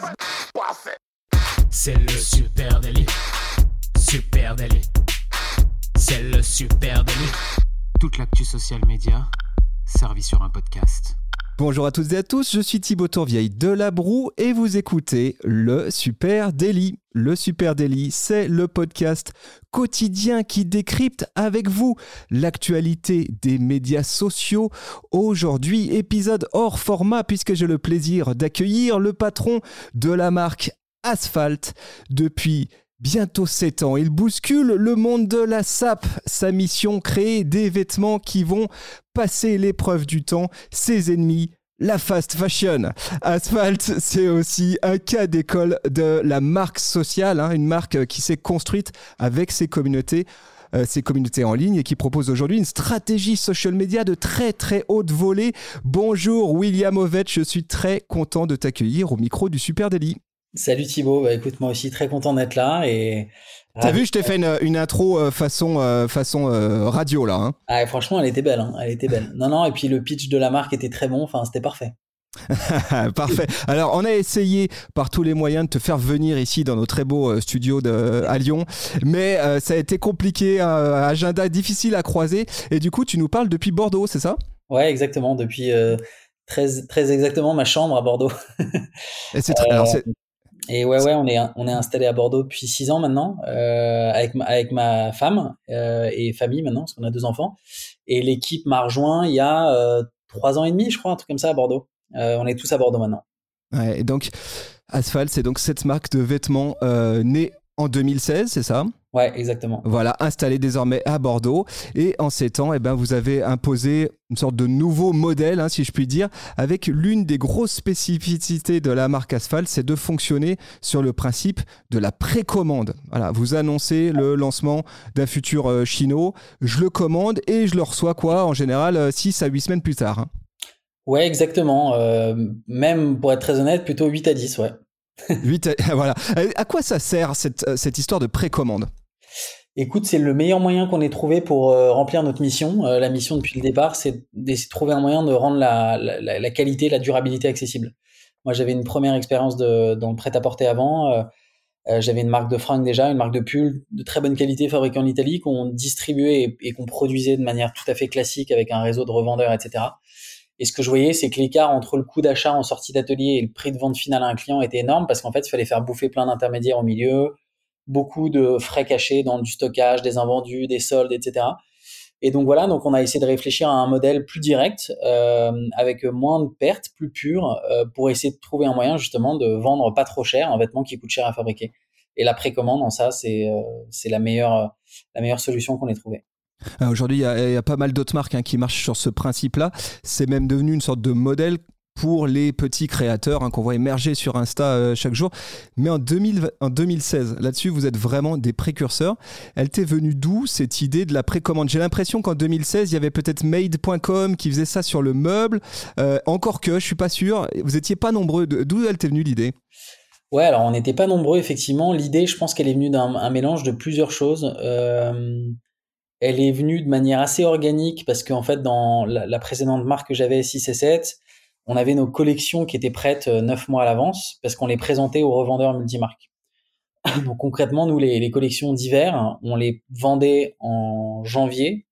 C'est le super délit. Super délit. C'est le super délit. Toute l'actu social média servie sur un podcast. Bonjour à toutes et à tous, je suis Thibaut Tourvieille de La Broue et vous écoutez le Super Daily. Le Super Daily, c'est le podcast quotidien qui décrypte avec vous l'actualité des médias sociaux. Aujourd'hui, épisode hors format puisque j'ai le plaisir d'accueillir le patron de la marque Asphalt depuis bientôt 7 ans. Il bouscule le monde de la sape. Sa mission, créer des vêtements qui vont passer l'épreuve du temps. Ses ennemis, la fast fashion. Asphalt, c'est aussi un cas d'école de la marque sociale, une marque qui s'est construite avec ses communautés en ligne et qui propose aujourd'hui une stratégie social media de très très haute volée. Bonjour William Ovett, je suis très content de t'accueillir au micro du Super Daily. Salut Thibaut, écoute, moi aussi très content d'être là et... T'as vu, je t'ai fait une intro façon radio là. Ah, franchement, elle était belle, elle était belle. Non, et puis le pitch de la marque était très bon, c'était parfait. Parfait. Alors, on a essayé par tous les moyens de te faire venir ici dans nos très beaux studios à Lyon, mais ça a été compliqué, agenda difficile à croiser, et du coup, tu nous parles depuis Bordeaux, c'est ça ? Ouais, exactement, depuis très exactement ma chambre à Bordeaux. Et c'est très... Alors, c'est... Et ouais, on est installé à Bordeaux depuis 6 ans maintenant, avec ma femme et famille maintenant, parce qu'on a 2 enfants. Et l'équipe m'a rejoint il y a 3 ans et demi, je crois, un truc comme ça à Bordeaux. On est tous à Bordeaux maintenant. Ouais, et donc Asphalt, c'est donc cette marque de vêtements née en 2016, c'est ça ? Ouais, exactement. Voilà, installé désormais à Bordeaux. Et en ces temps, vous avez imposé une sorte de nouveau modèle, si je puis dire, avec l'une des grosses spécificités de la marque Asphalt, c'est de fonctionner sur le principe de la précommande. Voilà, vous annoncez le lancement d'un futur chino, je le commande et je le reçois en général 6 à 8 semaines plus tard. Ouais, exactement. Même, pour être très honnête, plutôt 8 à 10, ouais. 8 voilà. À quoi ça sert cette histoire de précommande ? Écoute, c'est le meilleur moyen qu'on ait trouvé pour remplir notre mission. La mission depuis le départ, c'est d'essayer de trouver un moyen de rendre la qualité, la durabilité accessible. Moi, j'avais une première expérience dans le prêt-à-porter avant. J'avais une marque de fringues déjà, une marque de pulls de très bonne qualité fabriquée en Italie qu'on distribuait et qu'on produisait de manière tout à fait classique avec un réseau de revendeurs, etc. Et ce que je voyais, c'est que l'écart entre le coût d'achat en sortie d'atelier et le prix de vente final à un client était énorme parce qu'en fait, il fallait faire bouffer plein d'intermédiaires au milieu, beaucoup de frais cachés dans du stockage, des invendus, des soldes, etc. Et donc voilà, on a essayé de réfléchir à un modèle plus direct, avec moins de pertes, plus pur, pour essayer de trouver un moyen justement de vendre pas trop cher un vêtement qui coûte cher à fabriquer. Et la précommande, en ça, c'est la meilleure solution qu'on ait trouvée. Aujourd'hui, il y a pas mal d'autres marques qui marchent sur ce principe-là. C'est même devenu une sorte de modèle pour les petits créateurs qu'on voit émerger sur Insta chaque jour. Mais en 2016, là-dessus, vous êtes vraiment des précurseurs. Elle t'est venue d'où cette idée de la précommande ? J'ai l'impression qu'en 2016, il y avait peut-être Made.com qui faisait ça sur le meuble. Encore que, je suis pas sûr. Vous n'étiez pas nombreux. D'où elle t'est venue l'idée ? Ouais, alors on n'était pas nombreux, effectivement. L'idée, je pense qu'elle est venue d'un mélange de plusieurs choses. Elle est venue de manière assez organique parce qu'en fait, dans la précédente marque que j'avais, 6 et 7, on avait nos collections qui étaient prêtes 9 mois à l'avance parce qu'on les présentait aux revendeurs multimarques. Donc concrètement, nous, les collections d'hiver, on les vendait en janvier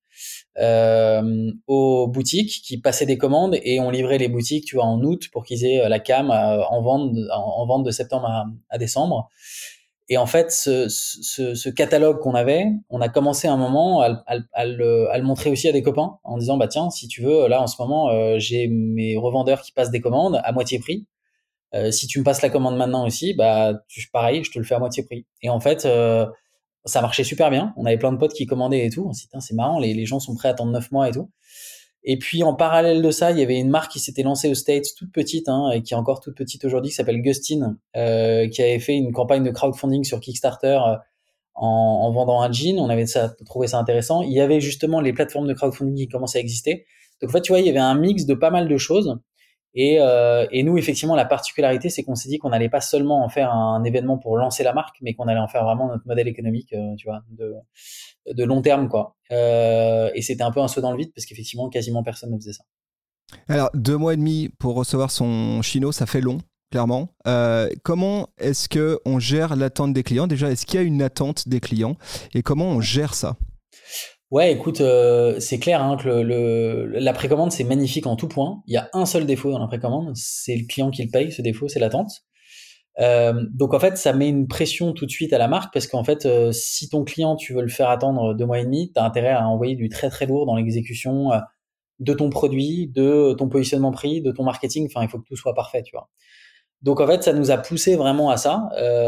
aux boutiques qui passaient des commandes et on livrait les boutiques, en août pour qu'ils aient la cam en vente de septembre à décembre. Et en fait, ce catalogue qu'on avait, on a commencé à un moment à le montrer aussi à des copains en disant tiens, si tu veux, là en ce moment j'ai mes revendeurs qui passent des commandes à moitié prix. Si tu me passes la commande maintenant aussi, pareil, je te le fais à moitié prix. Et en fait, ça marchait super bien. On avait plein de potes qui commandaient et tout. On s'est dit c'est marrant, les gens sont prêts à attendre 9 mois et tout. Et puis en parallèle de ça, il y avait une marque qui s'était lancée aux States, toute petite, et qui est encore toute petite aujourd'hui, qui s'appelle Gustin, qui avait fait une campagne de crowdfunding sur Kickstarter en vendant un jean. On avait trouvé ça intéressant. Il y avait justement les plateformes de crowdfunding qui commençaient à exister. Donc en fait, il y avait un mix de pas mal de choses. Et nous, effectivement, la particularité, c'est qu'on s'est dit qu'on n'allait pas seulement en faire un événement pour lancer la marque, mais qu'on allait en faire vraiment notre modèle économique, de long terme, quoi. Et c'était un peu un saut dans le vide parce qu'effectivement, quasiment personne ne faisait ça. Alors, 2 mois et demi pour recevoir son chino, ça fait long. clairement. Comment est-ce qu'on gère l'attente des clients? Déjà, est-ce qu'il y a une attente des clients et comment on gère ça? Ouais, écoute, c'est clair hein, que la précommande, c'est magnifique en tout point. Il y a un seul défaut dans la précommande, c'est le client qui le paye. Ce défaut, c'est l'attente. Donc en fait, ça met une pression tout de suite à la marque parce qu'en fait, si ton client, tu veux le faire attendre 2 mois et demi, t'as intérêt à envoyer du très très lourd dans l'exécution de ton produit, de ton positionnement prix, de ton marketing. Enfin, il faut que tout soit parfait, tu vois. Donc en fait, ça nous a poussé vraiment à ça.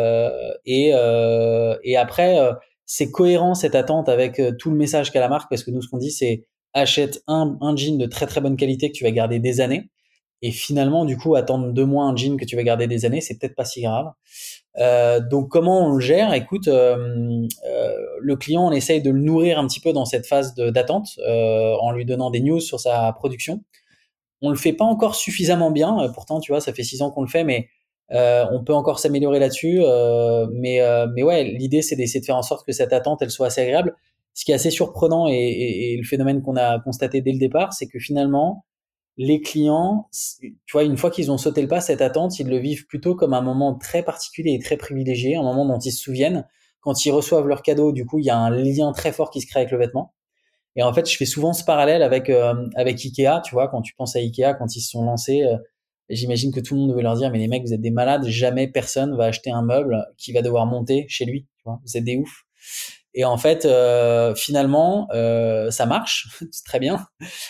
Et après, c'est cohérent cette attente avec tout le message qu'a la marque parce que nous, ce qu'on dit, c'est achète un jean de très très bonne qualité que tu vas garder des années. Et finalement, du coup, attendre 2 mois un jean que tu vas garder des années, c'est peut-être pas si grave. Donc comment on le gère? Écoute, le client, on essaye de le nourrir un petit peu dans cette phase d'attente en lui donnant des news sur sa production. On le fait pas encore suffisamment bien. Pourtant, tu vois, ça fait 6 ans qu'on le fait, mais on peut encore s'améliorer là-dessus. Mais ouais, l'idée, c'est d'essayer de faire en sorte que cette attente, elle soit assez agréable. Ce qui est assez surprenant et le phénomène qu'on a constaté dès le départ, c'est que finalement, les clients, tu vois, une fois qu'ils ont sauté le pas, cette attente, ils le vivent plutôt comme un moment très particulier et très privilégié, un moment dont ils se souviennent. Quand ils reçoivent leur cadeau, du coup, il y a un lien très fort qui se crée avec le vêtement. Et en fait, je fais souvent ce parallèle avec Ikea, tu vois, quand tu penses à Ikea, quand ils se sont lancés, j'imagine que tout le monde devait leur dire, mais les mecs, vous êtes des malades, jamais personne va acheter un meuble qui va devoir monter chez lui, tu vois, vous êtes des oufs. Et en fait, finalement, ça marche, c'est très bien.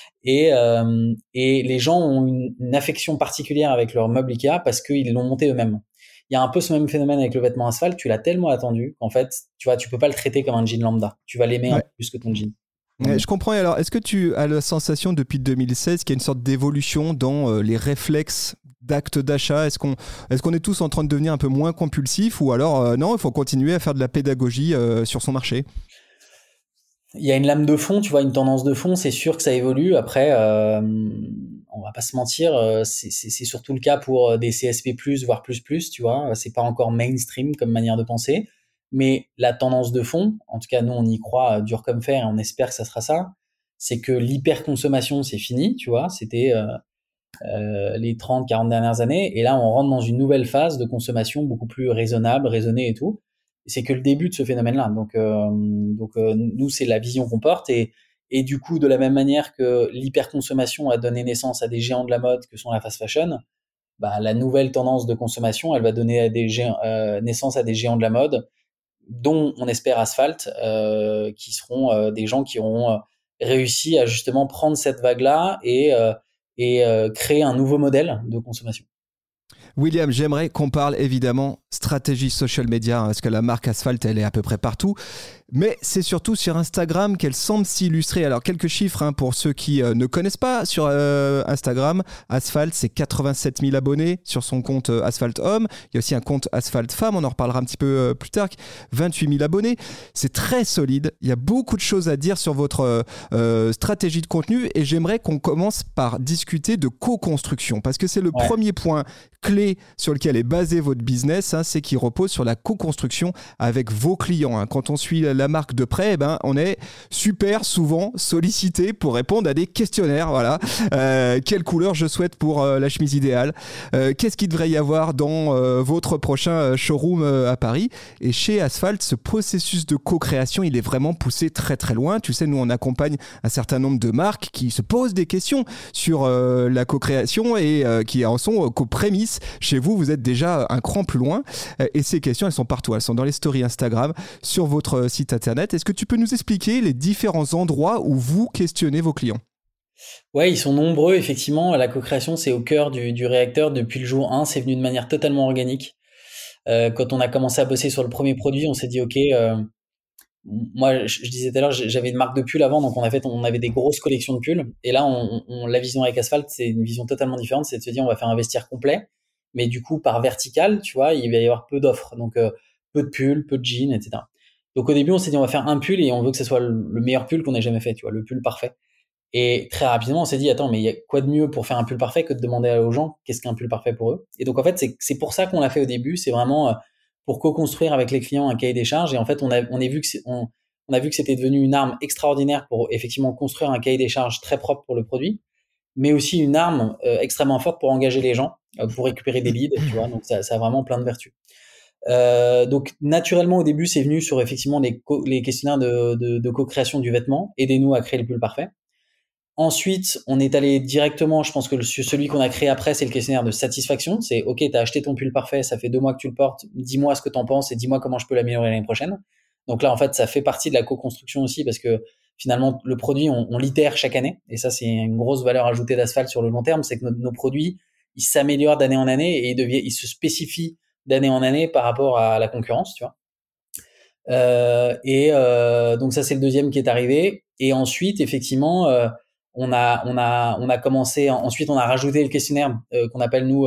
Et les gens ont une affection particulière avec leur meuble Ikea parce qu'ils l'ont monté eux-mêmes. Il y a un peu ce même phénomène avec le vêtement asphalte, tu l'as tellement attendu qu'en fait, tu vois, tu peux pas le traiter comme un jean lambda. Tu vas l'aimer un peu plus que ton jean. Je comprends. Et alors, est-ce que tu as la sensation depuis 2016 qu'il y a une sorte d'évolution dans les réflexes d'actes d'achat? Est-ce qu'on est tous en train de devenir un peu moins compulsifs ou alors non, il faut continuer à faire de la pédagogie sur son marché? Il y a une lame de fond, tu vois, une tendance de fond, c'est sûr que ça évolue. Après, on va pas se mentir, c'est surtout le cas pour des CSP+, voire plus, tu vois. C'est pas encore mainstream comme manière de penser. Mais la tendance de fond, en tout cas nous on y croit dur comme fer et on espère que ça sera ça, c'est que l'hyperconsommation c'est fini, tu vois, c'était les 30-40 dernières années, et là on rentre dans une nouvelle phase de consommation beaucoup plus raisonnable, raisonnée et tout. Et c'est que le début de ce phénomène-là. Donc nous c'est la vision qu'on porte et du coup de la même manière que l'hyperconsommation a donné naissance à des géants de la mode que sont la fast fashion, bah la nouvelle tendance de consommation elle va donner naissance à des géants de la mode dont on espère Asphalt, qui seront des gens qui auront réussi à justement prendre cette vague-là et créer un nouveau modèle de consommation. William, j'aimerais qu'on parle évidemment stratégie social media, parce que la marque Asphalt, elle est à peu près partout. Mais c'est surtout sur Instagram qu'elle semble s'illustrer. Alors, quelques chiffres pour ceux qui ne connaissent pas. Sur Instagram, Asphalt, c'est 87 000 abonnés sur son compte Asphalt Homme. Il y a aussi un compte Asphalt Femme, on en reparlera un petit peu plus tard. 28 000 abonnés. C'est très solide. Il y a beaucoup de choses à dire sur votre stratégie de contenu. Et j'aimerais qu'on commence par discuter de co-construction, parce que c'est le premier point clé sur lequel est basé votre business, c'est qu'il repose sur la co-construction avec vos clients. Quand on suit la marque de près, on est super souvent sollicité pour répondre à des questionnaires. Voilà. Quelle couleur je souhaite pour la chemise idéale? Qu'est-ce qu'il devrait y avoir dans votre prochain showroom à Paris? Et chez Asphalt, ce processus de co-création, il est vraiment poussé très très loin. Tu sais, nous on accompagne un certain nombre de marques qui se posent des questions sur la co-création et qui en sont qu'aux prémices. Chez vous, vous êtes déjà un cran plus loin et ces questions, elles sont partout. Elles sont dans les stories Instagram, sur votre site internet. Est-ce que tu peux nous expliquer les différents endroits où vous questionnez vos clients? Ouais, ils sont nombreux, effectivement. La co-création, c'est au cœur du réacteur. Depuis le jour 1, c'est venu de manière totalement organique. Quand on a commencé à bosser sur le premier produit, on s'est dit, OK, moi, je disais tout à l'heure, j'avais une marque de pull avant, donc on avait des grosses collections de pulls. Et là, la vision avec Asphalt, c'est une vision totalement différente. C'est de se dire, on va faire un vestiaire complet. Mais du coup, par vertical, tu vois, il va y avoir peu d'offres. Donc, peu de pulls, peu de jeans, etc. Donc, au début, on s'est dit, on va faire un pull et on veut que ce soit le meilleur pull qu'on ait jamais fait, tu vois, le pull parfait. Et très rapidement, on s'est dit, attends, mais il y a quoi de mieux pour faire un pull parfait que de demander aux gens qu'est-ce qu'un pull parfait pour eux? Et donc, en fait, c'est pour ça qu'on l'a fait au début. C'est vraiment pour co-construire avec les clients un cahier des charges. Et en fait, on a vu que c'était devenu une arme extraordinaire pour effectivement construire un cahier des charges très propre pour le produit. mais aussi une arme extrêmement forte pour engager les gens, pour récupérer des leads, tu vois. Donc ça a vraiment plein de vertus. Donc naturellement au début c'est venu sur effectivement les questionnaires de co-création du vêtement, aidez-nous à créer le pull parfait. Ensuite on est allé directement, je pense que celui qu'on a créé après c'est le questionnaire de satisfaction. C'est ok, t'as acheté ton pull parfait, ça fait 2 mois que tu le portes, dis-moi ce que t'en penses et dis-moi comment je peux l'améliorer l'année prochaine. Donc là en fait ça fait partie de la co-construction aussi, parce que finalement le produit on l'itère chaque année, et ça c'est une grosse valeur ajoutée d'Asphalt sur le long terme, c'est que nos produits ils s'améliorent d'année en année et ils se spécifient d'année en année par rapport à la concurrence, tu vois. Donc ça c'est le deuxième qui est arrivé. Et ensuite effectivement on a commencé. Ensuite on a rajouté le questionnaire qu'on appelle nous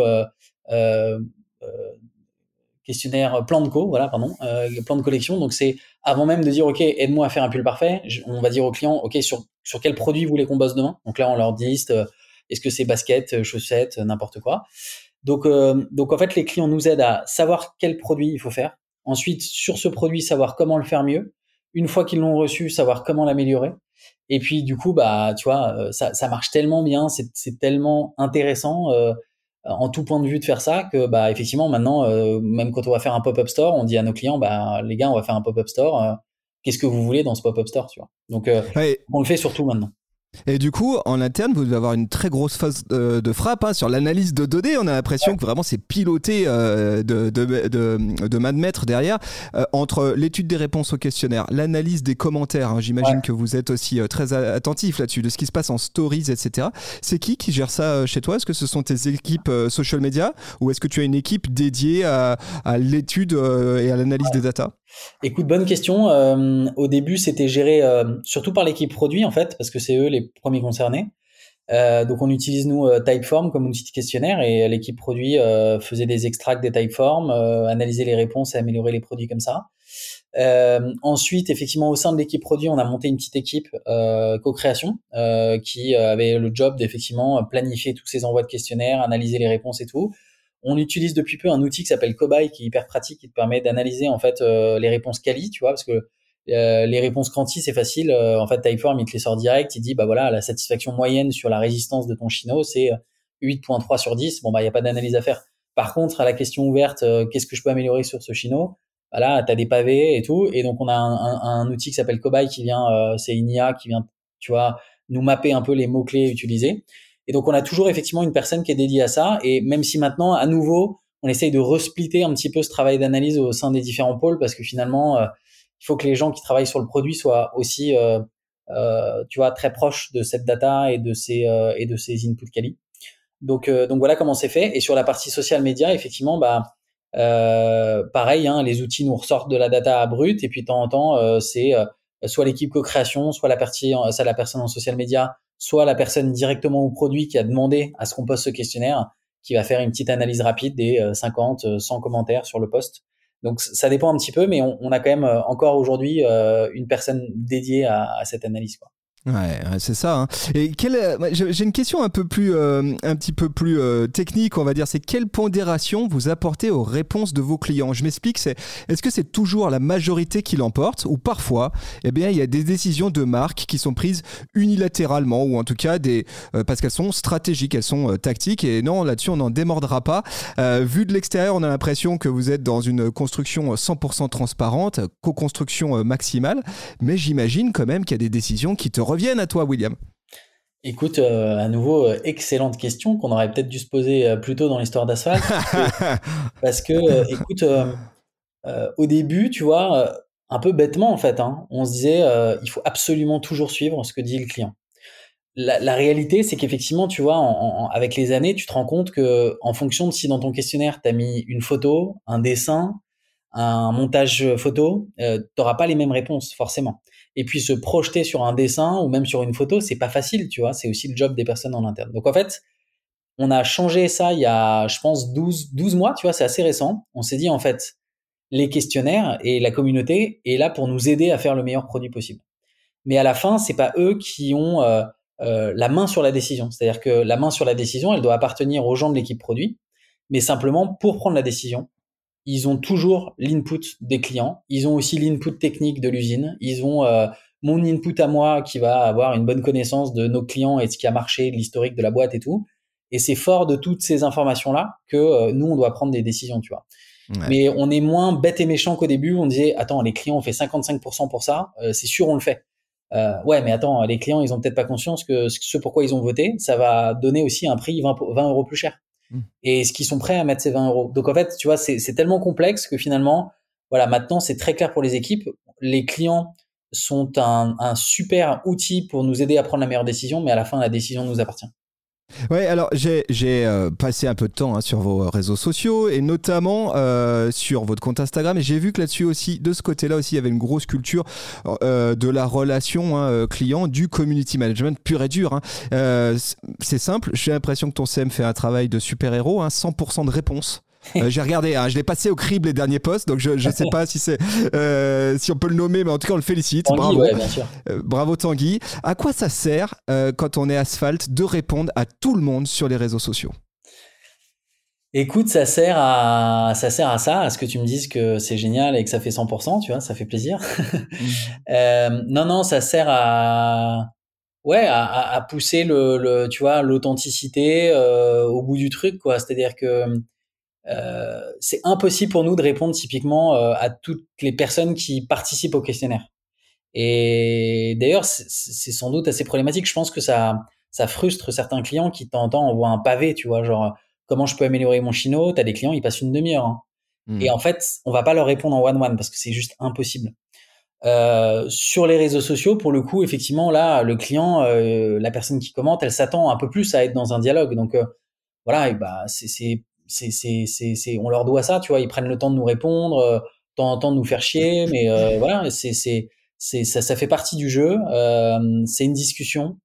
questionnaire plan de co, voilà, pardon, plan de collection. Donc c'est avant même de dire ok, aide-moi à faire un pull parfait, on va dire au client ok, sur quel produit vous voulez qu'on bosse demain. Donc là on leur dit est-ce que c'est basket, chaussettes, n'importe quoi. Donc en fait les clients nous aident à savoir quel produit il faut faire. Ensuite sur ce produit savoir comment le faire mieux. Une fois qu'ils l'ont reçu, savoir comment l'améliorer. Et puis du coup bah tu vois ça marche tellement bien, c'est tellement intéressant en tout point de vue de faire ça que bah effectivement maintenant même quand on va faire un pop-up store, on dit à nos clients bah les gars on va faire un pop-up store, qu'est-ce que vous voulez dans ce pop-up store, tu vois. Donc Ouais. on le fait surtout maintenant. Et du coup, en interne, vous devez avoir une très grosse phase de frappe sur l'analyse de données. On a l'impression que vraiment c'est piloté de main de maître derrière, entre l'étude des réponses au questionnaire, l'analyse des commentaires. J'imagine que vous êtes aussi très attentif là-dessus, de ce qui se passe en stories, etc. C'est qui gère ça chez toi? Est-ce que ce sont tes équipes social media, ou est-ce que tu as une équipe dédiée à l'étude et à l'analyse des data? Écoute, bonne question. Au début, c'était géré surtout par l'équipe produit en fait, parce que c'est eux les premiers concernés. Donc on utilise nous Typeform comme outil de questionnaire, et l'équipe produit faisait des extracts des Typeform, analysait les réponses et améliorer les produits comme ça. Ensuite, effectivement, au sein de l'équipe produit, on a monté une petite équipe co-création qui avait le job d'effectivement planifier tous ces envois de questionnaires, analyser les réponses et tout. On utilise depuis peu un outil qui s'appelle Cobaye, qui est hyper pratique, qui te permet d'analyser en fait les réponses quali, tu vois, parce que les réponses quanti c'est facile. En fait, Typeform il te les sort direct, il dit bah voilà, la satisfaction moyenne sur la résistance de ton chino c'est 8.3 sur 10. Bon bah il y a pas d'analyse à faire. Par contre, à la question ouverte, qu'est-ce que je peux améliorer sur ce chino, bah là t'as des pavés et tout, et donc on a un outil qui s'appelle Cobaye qui vient, c'est une IA qui vient, tu vois, nous mapper un peu les mots clés utilisés. Et donc on a toujours effectivement une personne qui est dédiée à ça, et même si maintenant à nouveau on essaye de resplitter un petit peu ce travail d'analyse au sein des différents pôles, parce que finalement il faut que les gens qui travaillent sur le produit soient aussi tu vois, très proches de cette data et de ces inputs quali. Donc voilà comment c'est fait. Et sur la partie social media, effectivement bah pareil, les outils nous ressortent de la data brute, et puis de temps en temps c'est soit l'équipe co-création, soit la personne en social media, soit la personne directement au produit qui a demandé à ce qu'on poste ce questionnaire, qui va faire une petite analyse rapide des 50, 100 commentaires sur le post. Donc ça dépend un petit peu, mais on a quand même encore aujourd'hui une personne dédiée à cette analyse, quoi. Ouais, c'est ça. Et j'ai une question un petit peu plus technique, on va dire. C'est quelle pondération vous apportez aux réponses de vos clients? Je m'explique. Est-ce que c'est toujours la majorité qui l'emporte, ou parfois, eh bien, il y a des décisions de marque qui sont prises unilatéralement, ou en tout cas parce qu'elles sont stratégiques, elles sont tactiques. Et non, là-dessus, on n'en démordra pas. Vu de l'extérieur, on a l'impression que vous êtes dans une construction 100% transparente, co-construction maximale. Mais j'imagine quand même qu'il y a des décisions qui te reviennent à toi, William. Écoute, à nouveau, excellente question qu'on aurait peut-être dû se poser plus tôt dans l'histoire d'Asphalt. Parce que, écoute, au début, tu vois, un peu bêtement en fait, on se disait il faut absolument toujours suivre ce que dit le client. La réalité, c'est qu'effectivement, tu vois, avec les années, tu te rends compte que en fonction de si dans ton questionnaire, tu as mis une photo, un dessin, un montage photo, t'auras pas les mêmes réponses forcément. Et puis se projeter sur un dessin ou même sur une photo, c'est pas facile, tu vois. C'est aussi le job des personnes en interne. Donc en fait, on a changé ça il y a, je pense, 12 mois, tu vois, c'est assez récent. On s'est dit en fait, les questionnaires et la communauté est là pour nous aider à faire le meilleur produit possible. Mais à la fin, c'est pas eux qui ont la main sur la décision. C'est-à-dire que la main sur la décision, elle doit appartenir aux gens de l'équipe produit. Mais simplement, pour prendre la décision, ils ont toujours l'input des clients, ils ont aussi l'input technique de l'usine, ils ont mon input à moi qui va avoir une bonne connaissance de nos clients et de ce qui a marché, de l'historique de la boîte et tout. Et c'est fort de toutes ces informations-là que nous, on doit prendre des décisions, tu vois. Ouais. Mais on est moins bête et méchant qu'au début. On disait, attends, les clients ont fait 55% pour ça, c'est sûr, on le fait. Ouais, mais attends, les clients, ils ont peut-être pas conscience que ce pourquoi ils ont voté, ça va donner aussi un prix 20 euros plus cher. Et est-ce qu'ils sont prêts à mettre ces 20 euros? Donc en fait, tu vois, c'est tellement complexe que finalement, voilà, maintenant c'est très clair pour les équipes. Les clients sont un super outil pour nous aider à prendre la meilleure décision, mais à la fin, la décision nous appartient. Ouais, alors j'ai passé un peu de temps sur vos réseaux sociaux et notamment sur votre compte Instagram, et j'ai vu que là-dessus aussi, de ce côté-là aussi, il y avait une grosse culture de la relation client, du community management pur et dur. C'est simple, j'ai l'impression que ton CM fait un travail de super-héros, 100% de réponse. J'ai regardé, je l'ai passé au crible les derniers posts, donc je ne sais pas si on peut le nommer, mais en tout cas on le félicite. Tanguy, bravo, ouais, bien sûr. Bravo Tanguy. À quoi ça sert quand on est Asphalt de répondre à tout le monde sur les réseaux sociaux? Écoute, ça sert à ça, à ce que tu me dises que c'est génial et que ça fait 100%, tu vois, ça fait plaisir. Non, ça sert à pousser tu vois, l'authenticité au bout du truc, quoi. C'est-à-dire que c'est impossible pour nous de répondre typiquement à toutes les personnes qui participent au questionnaire. Et d'ailleurs, c'est sans doute assez problématique. Je pense que ça frustre certains clients qui de temps en temps envoient un pavé, tu vois, genre comment je peux améliorer mon chino. T'as des clients, ils passent une demi-heure. Hein. Et en fait, on va pas leur répondre en one-one parce que c'est juste impossible. Sur les réseaux sociaux, pour le coup, effectivement, là, le client, la personne qui commente, elle s'attend un peu plus à être dans un dialogue. Donc voilà, et bah on leur doit ça, tu vois. Ils prennent le temps de nous répondre, de temps en temps de nous faire chier, mais voilà, ça fait partie du jeu. C'est une discussion.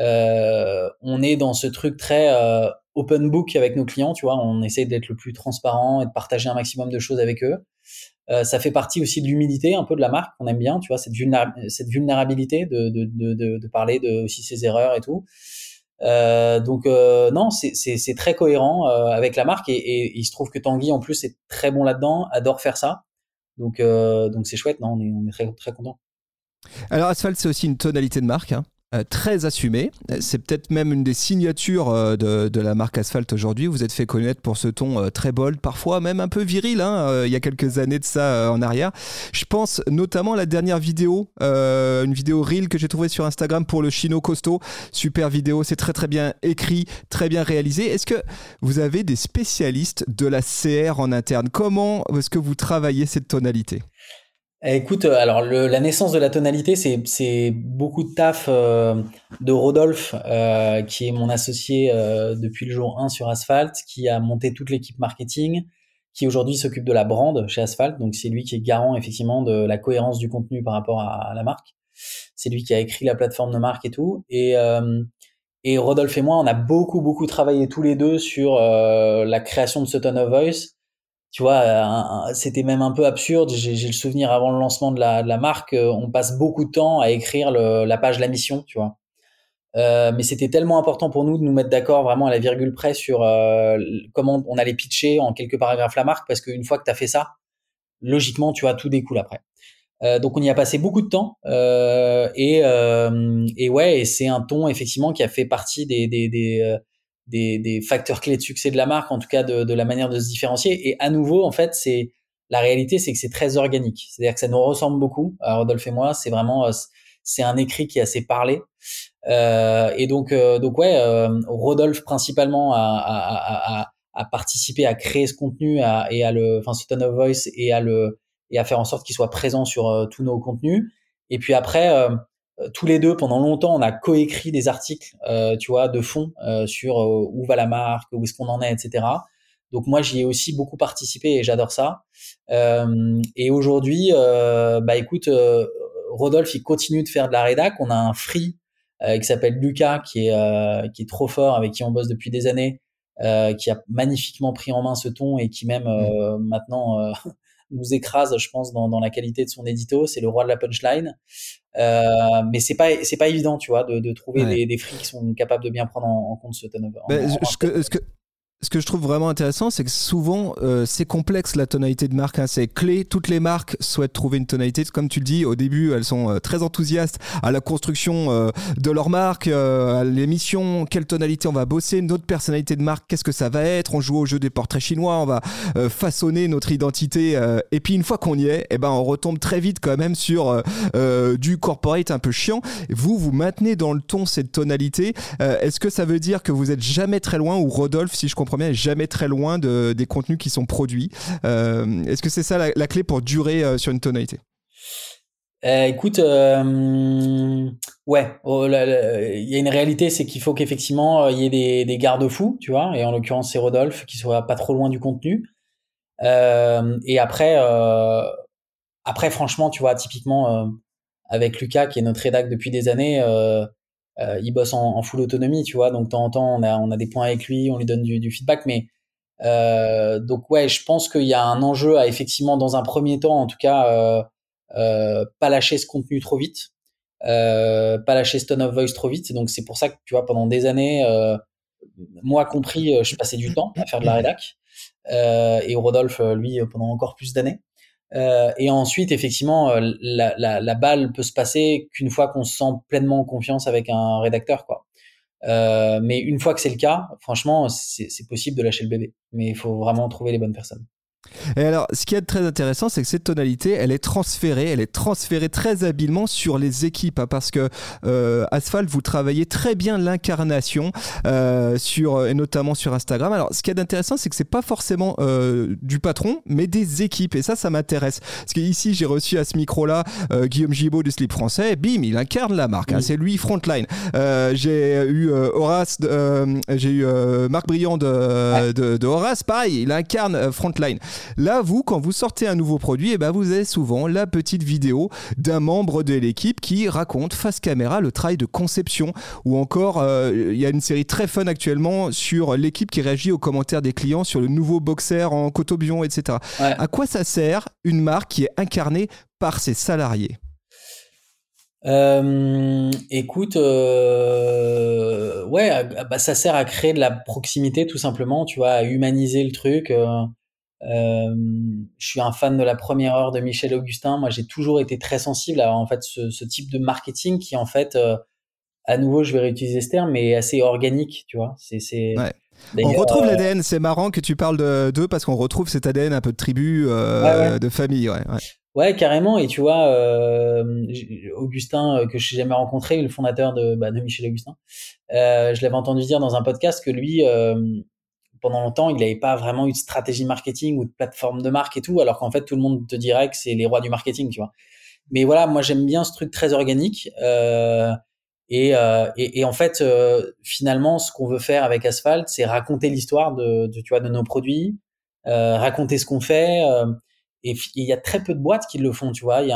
On est dans ce truc très open book avec nos clients, tu vois. On essaie d'être le plus transparent et de partager un maximum de choses avec eux. Ça fait partie aussi de l'humilité, un peu de la marque qu'on aime bien, tu vois, cette vulnérabilité de parler de aussi ses erreurs et tout. Donc non, c'est très cohérent avec la marque et il se trouve que Tanguy en plus est très bon là-dedans, adore faire ça. Donc c'est chouette, non, on est très très content. Alors Asphalt, c'est aussi une tonalité de marque. Très assumée. C'est peut-être même une des signatures de la marque Asphalt aujourd'hui. Vous êtes fait connaître pour ce ton très bold, parfois même un peu viril, il y a quelques années de ça en arrière. Je pense notamment à la dernière vidéo, une vidéo reel que j'ai trouvée sur Instagram pour le Chino Costaud. Super vidéo, c'est très très bien écrit, très bien réalisé. Est-ce que vous avez des spécialistes de la CR en interne? Comment est-ce que vous travaillez cette tonalité? Écoute, alors la naissance de la tonalité, c'est beaucoup de taf de Rodolphe, qui est mon associé depuis le jour 1 sur Asphalt, qui a monté toute l'équipe marketing, qui aujourd'hui s'occupe de la brand chez Asphalt. Donc c'est lui qui est garant effectivement de la cohérence du contenu par rapport à la marque. C'est lui qui a écrit la plateforme de marque et tout. Et Rodolphe et moi, on a beaucoup travaillé tous les deux sur la création de ce tone of voice. Tu vois, c'était même un peu absurde. J'ai le souvenir avant le lancement de la marque, on passe beaucoup de temps à écrire la page La Mission, tu vois. Mais c'était tellement important pour nous de nous mettre d'accord vraiment à la virgule près sur comment on allait pitcher en quelques paragraphes la marque, parce qu'une fois que tu as fait ça, logiquement, tu vois, tout découle après. Donc on y a passé beaucoup de temps et ouais, et c'est un ton effectivement qui a fait partie des facteurs clés de succès de la marque, en tout cas de la manière de se différencier. Et à nouveau, en fait, la réalité, c'est que c'est très organique. C'est-à-dire que ça nous ressemble beaucoup, Rodolphe et moi. C'est vraiment, c'est un écrit qui est assez parlé. Et donc ouais, Rodolphe principalement a participé à créer ce contenu ce tone of voice et à faire en sorte qu'il soit présent sur tous nos contenus. Et puis après, tous les deux, pendant longtemps, on a coécrit des articles, tu vois, de fond sur où va la marque, où est-ce qu'on en est, etc. Donc moi, j'y ai aussi beaucoup participé et j'adore ça. Et aujourd'hui, écoute, Rodolphe, il continue de faire de la rédac. On a un free qui s'appelle Lucas, qui est trop fort, avec qui on bosse depuis des années, qui a magnifiquement pris en main ce ton et qui même maintenant nous écrase, je pense, dans la qualité de son édito. C'est le roi de la punchline. Mais c'est pas évident, tu vois, de trouver des freaks qui sont capables de bien prendre en compte ce turnover. Ce que je trouve vraiment intéressant, c'est que souvent, c'est complexe la tonalité de marque. C'est clé. Toutes les marques souhaitent trouver une tonalité. Comme tu le dis, au début, elles sont très enthousiastes à la construction de leur marque, à l'émission, quelle tonalité on va bosser, notre personnalité de marque, qu'est-ce que ça va être. On joue au jeu des portraits chinois, on va façonner notre identité. Et puis, une fois qu'on y est, on retombe très vite quand même sur du corporate un peu chiant. Vous maintenez dans le ton cette tonalité. Est-ce que ça veut dire que vous êtes jamais très loin, ou Rodolphe, si je comprends bien, est jamais très loin des contenus qui sont produits. Est-ce que c'est ça la clé pour durer sur une tonalité? Écoute, ouais, il y a une réalité, c'est qu'il faut qu'effectivement il y ait des garde-fous, tu vois, et en l'occurrence c'est Rodolphe qui soit pas trop loin du contenu. Et après, franchement, tu vois, typiquement avec Lucas qui est notre rédac depuis des années. Il bosse en full autonomie, tu vois, donc de temps en temps on a des points avec lui, on lui donne du feedback, mais donc ouais, je pense qu'il y a un enjeu à effectivement dans un premier temps, en tout cas, pas lâcher ce contenu trop vite, pas lâcher ce tone of voice trop vite. Donc c'est pour ça que tu vois, pendant des années, moi compris, je passais du temps à faire de la rédac, et Rodolphe, lui, pendant encore plus d'années. Et ensuite, effectivement, la balle peut se passer qu'une fois qu'on se sent pleinement en confiance avec un rédacteur, quoi. Mais une fois que c'est le cas, franchement, c'est possible de lâcher le bébé. Mais il faut vraiment trouver les bonnes personnes. Et alors, ce qui est très intéressant, c'est que cette tonalité, elle est transférée très habilement sur les équipes, hein, parce que Asphalt, vous travaillez très bien l'incarnation et notamment sur Instagram. Alors, ce qui est intéressant, c'est que c'est pas forcément du patron, mais des équipes. Et ça m'intéresse. Parce qu'ici, j'ai reçu à ce micro-là Guillaume Gibaud du Slip Français. Bim, il incarne la marque. Hein, c'est lui, frontline. J'ai eu Horace, j'ai eu Marc Briand de Horace. Pareil, il incarne frontline. Là, vous, quand vous sortez un nouveau produit, vous avez souvent la petite vidéo d'un membre de l'équipe qui raconte face caméra le travail de conception, ou encore il y a une série très fun actuellement sur l'équipe qui réagit aux commentaires des clients sur le nouveau boxer en cotobion, etc. Ouais. À quoi ça sert une marque qui est incarnée par ses salariés ? Écoute, ça sert à créer de la proximité, tout simplement, tu vois, à humaniser le truc. Je suis un fan de la première heure de Michel Augustin. Moi, j'ai toujours été très sensible à en fait ce type de marketing qui en fait, à nouveau, je vais réutiliser ce terme, mais assez organique, tu vois. Ouais. On retrouve l'ADN. C'est marrant que tu parles d'eux parce qu'on retrouve cet ADN un peu de tribu, de famille. Ouais, carrément. Et tu vois, Augustin, que je n'ai jamais rencontré, le fondateur de Michel Augustin, je l'avais entendu dire dans un podcast que lui, pendant longtemps, il n'avait pas vraiment eu de stratégie marketing ou de plateforme de marque et tout, alors qu'en fait, tout le monde te dirait que c'est les rois du marketing, tu vois. Mais voilà, moi, j'aime bien ce truc très organique. Et en fait, finalement, ce qu'on veut faire avec Asphalt, c'est raconter l'histoire tu vois, de nos produits, raconter ce qu'on fait. Et il y a très peu de boîtes qui le font, tu vois.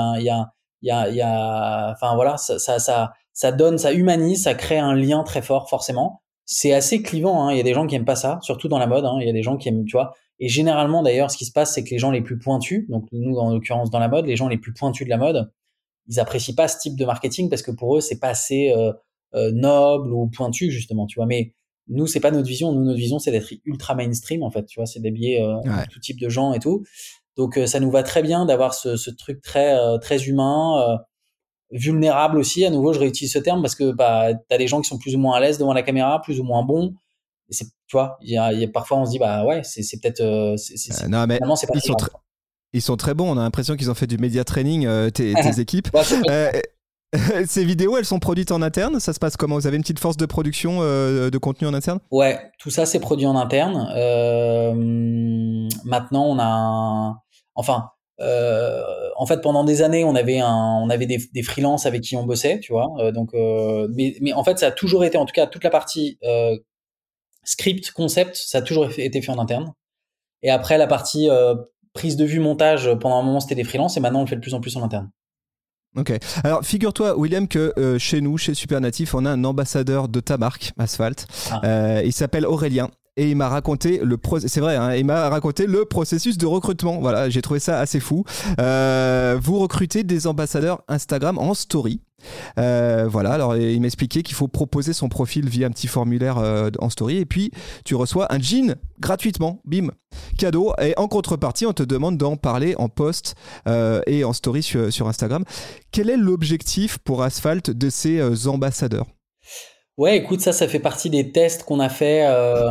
Enfin voilà, ça donne, ça humanise, ça crée un lien très fort, forcément. C'est assez clivant, hein. Il y a des gens qui aiment pas ça, surtout dans la mode, hein. Il y a des gens qui aiment, tu vois. Et généralement, d'ailleurs, ce qui se passe, c'est que les gens les plus pointus, donc nous, en l'occurrence, dans la mode, les gens les plus pointus de la mode, ils apprécient pas ce type de marketing parce que pour eux, c'est pas assez noble ou pointu, justement, tu vois. Mais nous, c'est pas notre vision. Nous, notre vision, c'est d'être ultra mainstream, en fait, tu vois. C'est d'habiller tout type de gens et tout. Donc, ça nous va très bien d'avoir ce truc très humain, vulnérable aussi. À nouveau, je réutilise ce terme parce que t'as des gens qui sont plus ou moins à l'aise devant la caméra, plus ou moins bons. Et c'est, tu vois, il y a parfois on se dit c'est peut-être non, mais finalement c'est pas ils sont très bons. On a l'impression qu'ils ont fait du media training, tes équipes. Ces vidéos, elles sont produites en interne. Ça se passe comment ? Vous avez une petite force de production de contenu en interne ? Ouais, tout ça c'est produit en interne. Maintenant, on a en fait, pendant des années, on avait des freelances avec qui on bossait, tu vois. Mais en fait, ça a toujours été, en tout cas, toute la partie script, concept, ça a toujours été fait en interne. Et après, la partie prise de vue, montage, pendant un moment, c'était des freelances, et maintenant, on le fait de plus en plus en interne. Ok. Alors, figure-toi, William, que chez nous, chez Supernatif, on a un ambassadeur de ta marque, Asphalt. Il s'appelle Aurélien. Et il m'a raconté c'est vrai, hein, il m'a raconté le processus de recrutement. Voilà, j'ai trouvé ça assez fou. Vous recrutez des ambassadeurs Instagram en story. Voilà, alors il m'expliquait qu'il faut proposer son profil via un petit formulaire en story et puis tu reçois un jean gratuitement, bim, cadeau. Et en contrepartie, on te demande d'en parler en post et en story sur Instagram. Quel est l'objectif pour Asphalt de ces ambassadeurs ? Ouais, écoute, ça fait partie des tests qu'on a fait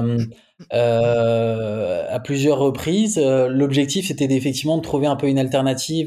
à plusieurs reprises. L'objectif, c'était effectivement de trouver un peu une alternative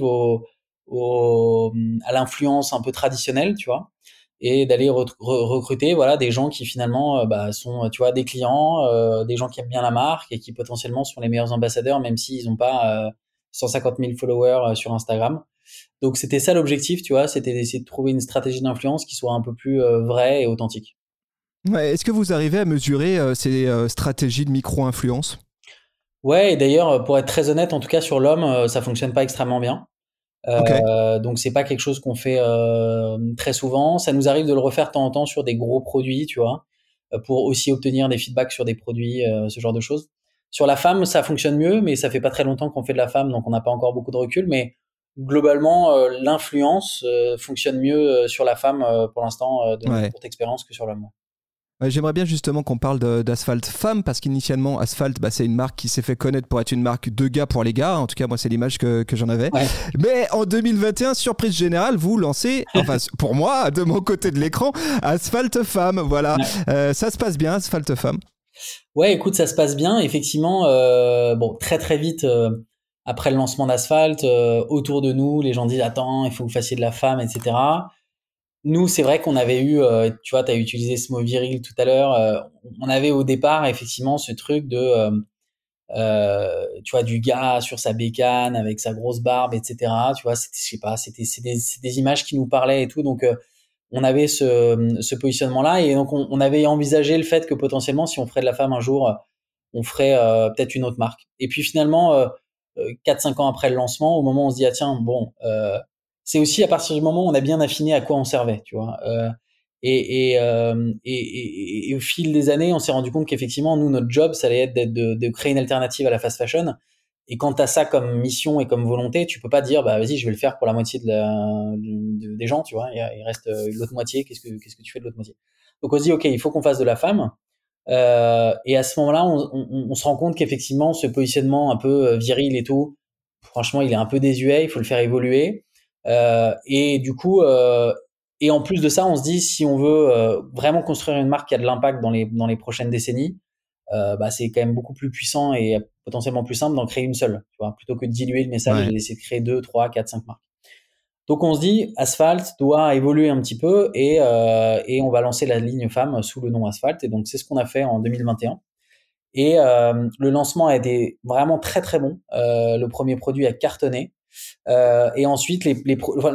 à l'influence un peu traditionnelle, tu vois, et d'aller recruter, voilà, des gens qui finalement sont, tu vois, des clients, des gens qui aiment bien la marque et qui potentiellement sont les meilleurs ambassadeurs, même s'ils n'ont pas 150 000 followers sur Instagram. Donc c'était ça l'objectif, tu vois, c'était d'essayer de trouver une stratégie d'influence qui soit un peu plus vraie et authentique. Ouais, est-ce que vous arrivez à mesurer ces stratégies de micro-influence ? Ouais, et d'ailleurs, pour être très honnête, en tout cas sur l'homme, ça fonctionne pas extrêmement bien. Okay. Donc c'est pas quelque chose qu'on fait très souvent. Ça nous arrive de le refaire de temps en temps sur des gros produits, tu vois, pour aussi obtenir des feedbacks sur des produits, ce genre de choses. Sur la femme, ça fonctionne mieux, mais ça fait pas très longtemps qu'on fait de la femme, donc on n'a pas encore beaucoup de recul. Mais globalement, l'influence fonctionne mieux sur la femme pour l'instant de notre courte expérience que sur l'homme. J'aimerais bien justement qu'on parle d'Asphalt Femme parce qu'initialement Asphalt c'est une marque qui s'est fait connaître pour être une marque de gars pour les gars, en tout cas moi c'est l'image que j'en avais. Ouais. Mais en 2021, surprise générale, vous lancez, enfin pour moi de mon côté de l'écran, Asphalt Femme, voilà. Ouais. Ça se passe bien Asphalt Femme? Ouais, écoute, ça se passe bien effectivement. Bon, très très vite après le lancement d'Asphalt, autour de nous les gens disent attends, il faut que vous fassiez de la femme, etc. Nous, c'est vrai qu'on avait eu, tu vois, tu as utilisé ce mot viril tout à l'heure. On avait au départ effectivement ce truc de, tu vois, du gars sur sa bécane avec sa grosse barbe, etc. Tu vois, je sais pas, c'est des images qui nous parlaient et tout. Donc, on avait ce positionnement-là et donc on avait envisagé le fait que potentiellement, si on ferait de la femme un jour, on ferait peut-être une autre marque. Et puis finalement, 4-5 ans après le lancement, au moment où on se dit ah tiens, bon. C'est aussi à partir du moment où on a bien affiné à quoi on servait, tu vois. Et au fil des années, on s'est rendu compte qu'effectivement, nous, notre job, ça allait être de créer une alternative à la fast fashion. Et quand t'as ça comme mission et comme volonté, tu peux pas dire, bah vas-y, je vais le faire pour la moitié des gens, tu vois. Il reste l'autre moitié. Qu'est-ce que tu fais de l'autre moitié? Donc on se dit, ok, il faut qu'on fasse de la femme. Et à ce moment-là, on se rend compte qu'effectivement, ce positionnement un peu viril et tout, franchement, il est un peu désuet. Il faut le faire évoluer. Et du coup, et en plus de ça, on se dit si on veut vraiment construire une marque qui a de l'impact dans les prochaines décennies, c'est quand même beaucoup plus puissant et potentiellement plus simple d'en créer une seule, tu vois, plutôt que de diluer le message et d'essayer de créer 2, 3, 4, 5 marques. Donc on se dit Asphalt doit évoluer un petit peu et on va lancer la ligne femme sous le nom Asphalt. Et donc c'est ce qu'on a fait en 2021. Et le lancement a été vraiment très très bon. Le premier produit a cartonné. Et ensuite, les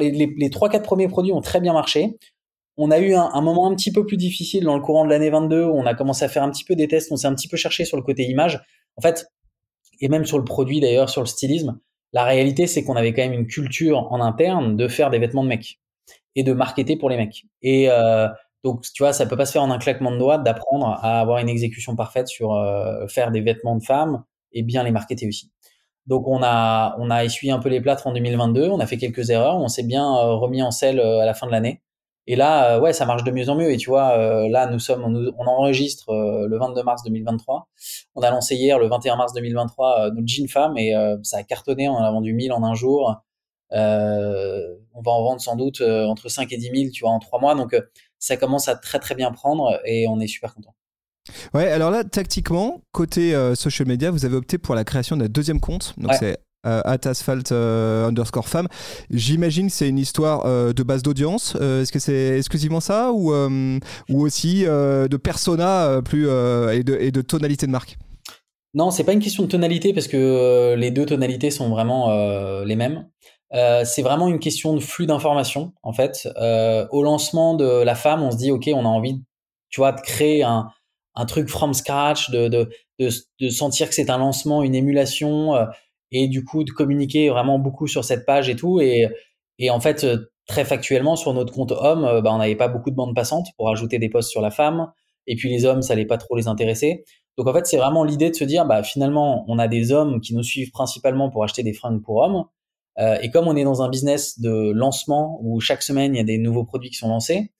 3-4 premiers produits ont très bien marché. On a eu un moment un petit peu plus difficile dans le courant de l'année 22 où on a commencé à faire un petit peu des tests. On s'est un petit peu cherché sur le côté image. En fait, et même sur le produit d'ailleurs, sur le stylisme, la réalité, c'est qu'on avait quand même une culture en interne de faire des vêtements de mecs et de marketer pour les mecs. Et donc, tu vois, ça peut pas se faire en un claquement de doigts d'apprendre à avoir une exécution parfaite sur faire des vêtements de femmes et bien les marketer aussi. Donc on a essuyé un peu les plâtres en 2022, on a fait quelques erreurs, on s'est bien remis en selle à la fin de l'année. Et là, ouais, ça marche de mieux en mieux. Et tu vois, là, on enregistre le 22 mars 2023. On a lancé hier, le 21 mars 2023, notre jean femme et ça a cartonné. On en a vendu 1000 en un jour. On va en vendre sans doute entre 5 et 10 000, tu vois, en 3 mois. Donc ça commence à très très bien prendre et on est super content. Ouais, alors là, tactiquement, côté social media, vous avez opté pour la création d'un deuxième compte. Donc c'est @asphalt_femme. J'imagine que c'est une histoire de base d'audience. Est-ce que c'est exclusivement ça ou aussi de persona et de tonalité de marque? Non, c'est pas une question de tonalité parce que les deux tonalités sont vraiment les mêmes. C'est vraiment une question de flux d'informations en fait. Au lancement de la femme, on se dit ok, on a envie, tu vois, de créer un truc from scratch, de sentir que c'est un lancement, une émulation, et du coup de communiquer vraiment beaucoup sur cette page et tout. Et en fait, très factuellement, sur notre compte homme, on n'avait pas beaucoup de bandes passantes pour ajouter des posts sur la femme. Et puis les hommes, ça allait pas trop les intéresser. Donc en fait, c'est vraiment l'idée de se dire, finalement, on a des hommes qui nous suivent principalement pour acheter des fringues pour hommes. Et comme on est dans un business de lancement où chaque semaine il y a des nouveaux produits qui sont lancés,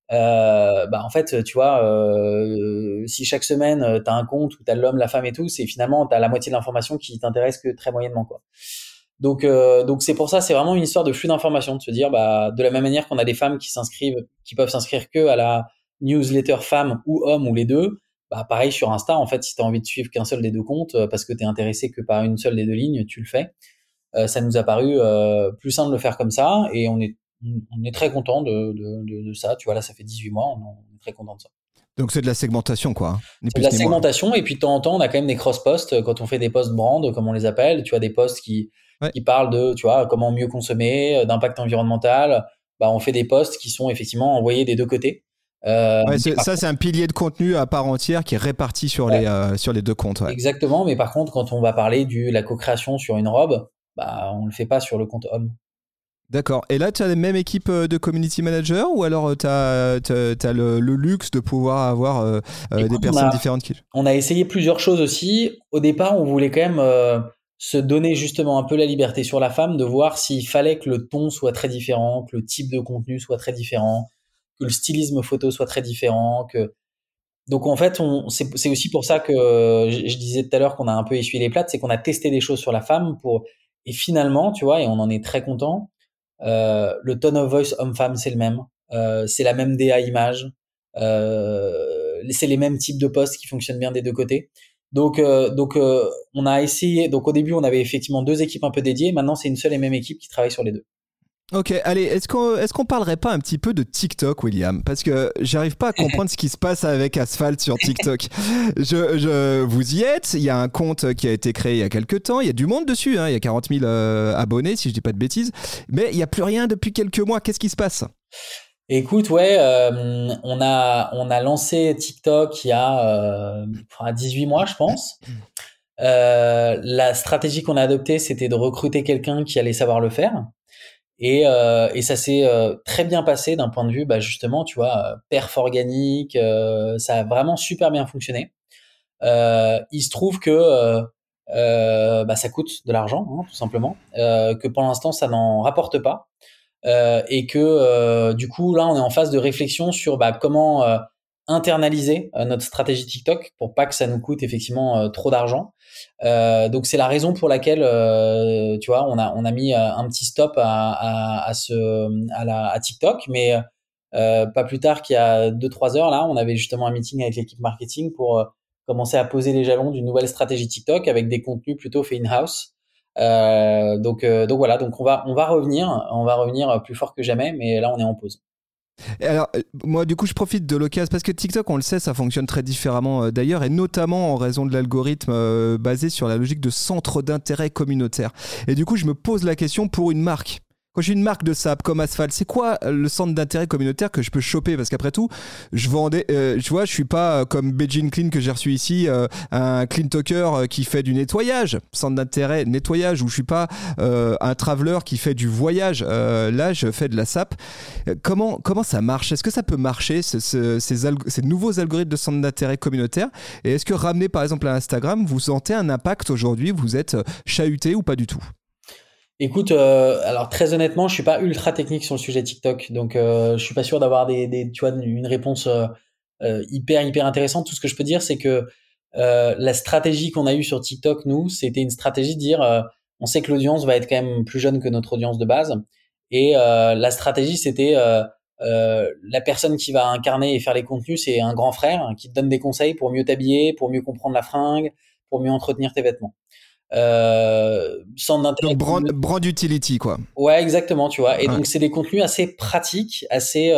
en fait, tu vois, si chaque semaine t'as un compte où t'as l'homme, la femme et tout, c'est finalement t'as la moitié de l'information qui t'intéresse que très moyennement, quoi. Donc c'est pour ça, c'est vraiment une histoire de flux d'informations, de se dire, de la même manière qu'on a des femmes qui peuvent s'inscrire que à la newsletter femme ou homme ou les deux, pareil sur Insta, en fait, si t'as envie de suivre qu'un seul des deux comptes parce que t'es intéressé que par une seule des deux lignes, tu le fais. Ça nous a paru plus simple de le faire comme ça, et on est très content de ça. Tu vois, là, ça fait 18 mois, on est très content de ça. Donc c'est de la segmentation, quoi. Ni C'est de plus la ni moins. segmentation, et puis de temps en temps, on a quand même des cross-posts quand on fait des posts brand, comme on les appelle. Tu as des posts qui parlent de, tu vois, comment mieux consommer, d'impact environnemental. On fait des posts qui sont effectivement envoyés des deux côtés. C'est un pilier de contenu à part entière qui est réparti sur les deux comptes. Ouais. Exactement, mais par contre, quand on va parler de la co-création sur une robe, on le fait pas sur le compte homme. D'accord. Et là, tu as la même équipe de community manager, ou alors tu as le luxe de pouvoir avoir des personnes différentes On a essayé plusieurs choses aussi. Au départ, on voulait quand même se donner justement un peu la liberté sur la femme, de voir s'il fallait que le ton soit très différent, que le type de contenu soit très différent, que le stylisme photo soit très différent. Donc en fait, c'est aussi pour ça que je disais tout à l'heure qu'on a un peu essuyé les plâtres, c'est qu'on a testé des choses sur la femme et finalement, tu vois, et on en est très content. Le tone of voice homme-femme, c'est le même. C'est la même DA image. C'est les mêmes types de posts qui fonctionnent bien des deux côtés. Donc, on a essayé. Donc, au début, on avait effectivement 2 équipes un peu dédiées. Maintenant, c'est une seule et même équipe qui travaille sur les deux. Ok, allez, est-ce qu'on parlerait pas un petit peu de TikTok, William? Parce que j'arrive pas à comprendre ce qui se passe avec Asphalt sur TikTok. Vous y êtes, il y a un compte qui a été créé il y a quelques temps, il y a du monde dessus, hein, il y a 40 000 abonnés, si je dis pas de bêtises, mais il y a plus rien depuis quelques mois. Qu'est-ce qui se passe? Écoute, on a lancé TikTok il y a 18 mois, je pense. La stratégie qu'on a adoptée, c'était de recruter quelqu'un qui allait savoir le faire. Et ça s'est très bien passé d'un point de vue, justement, tu vois, perf organique, ça a vraiment super bien fonctionné. Il se trouve que ça coûte de l'argent, hein, tout simplement, que pour l'instant ça n'en rapporte pas, et que du coup là on est en phase de réflexion sur comment internaliser notre stratégie TikTok pour pas que ça nous coûte effectivement trop d'argent. Donc c'est la raison pour laquelle tu vois on a mis un petit stop à TikTok, mais pas plus tard qu'il y a 2-3 heures là, on avait justement un meeting avec l'équipe marketing pour commencer à poser les jalons d'une nouvelle stratégie TikTok avec des contenus plutôt faits in-house. Donc voilà, donc on va revenir plus fort que jamais, mais là on est en pause. Et alors, moi, du coup, je profite de l'occasion parce que TikTok, on le sait, ça fonctionne très différemment d'ailleurs, et notamment en raison de l'algorithme basé sur la logique de centre d'intérêt communautaire. Et du coup, je me pose la question pour une marque. Quand j'ai une marque de sap comme Asphalt, c'est quoi le centre d'intérêt communautaire que je peux choper? Parce qu'après tout, je suis pas comme Beijing Clean que j'ai reçu ici, un clean talker qui fait du nettoyage, centre d'intérêt nettoyage, ou je suis pas un traveler qui fait du voyage. Là, je fais de la sap. Comment ça marche? Est-ce que ça peut marcher, ces nouveaux algorithmes de centre d'intérêt communautaire? Et est-ce que ramener par exemple à Instagram, vous sentez un impact aujourd'hui? Vous êtes chahuté ou pas du tout? Écoute, alors très honnêtement, je suis pas ultra technique sur le sujet TikTok, donc je suis pas sûr d'avoir tu vois, une réponse hyper intéressante. Tout ce que je peux dire, c'est que la stratégie qu'on a eue sur TikTok, nous, c'était une stratégie de dire, on sait que l'audience va être quand même plus jeune que notre audience de base, et la stratégie, c'était la personne qui va incarner et faire les contenus, c'est un grand frère qui te donne des conseils pour mieux t'habiller, pour mieux comprendre la fringue, pour mieux entretenir tes vêtements. Centre d'intérêt. Donc brand utility, quoi. Ouais, exactement, tu vois. Et donc c'est des contenus assez pratiques, assez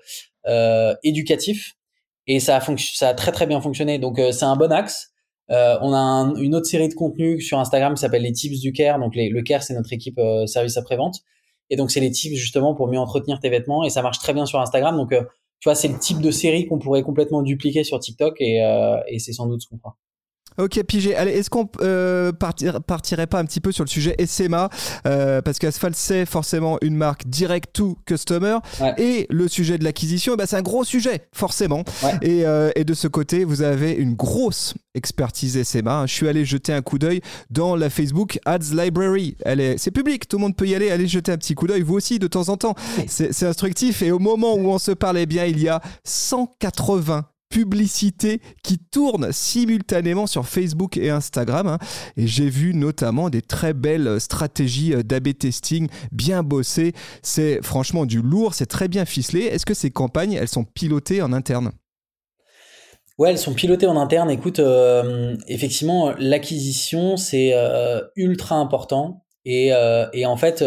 éducatifs, et ça a très très bien fonctionné. Donc c'est un bon axe. On a une autre série de contenus sur Instagram qui s'appelle les tips du Care. Donc le Care, c'est notre équipe service après-vente, et donc c'est les tips justement pour mieux entretenir tes vêtements, et ça marche très bien sur Instagram. Donc tu vois, c'est le type de série qu'on pourrait complètement dupliquer sur TikTok, et c'est sans doute ce qu'on fera. Ok, pigé. Allez, est-ce qu'on partirait pas un petit peu sur le sujet SMA, parce qu'Asphalt, c'est forcément une marque direct to customer, et le sujet de l'acquisition, c'est un gros sujet, forcément. Et de ce côté, vous avez une grosse expertise SMA. Je suis allé jeter un coup d'œil dans la Facebook Ads Library. C'est public, tout le monde peut y aller. Allez jeter un petit coup d'œil, vous aussi, de temps en temps. C'est instructif. Et au moment où on se parle, eh bien, il y a 180 publicités qui tournent simultanément sur Facebook et Instagram, et j'ai vu notamment des très belles stratégies d'A/B testing bien bossées. C'est franchement du lourd, c'est très bien ficelé. Est-ce que ces campagnes, elles sont pilotées en interne? Ouais, elles sont pilotées en interne. Écoute, effectivement, l'acquisition, c'est ultra important. Et en fait,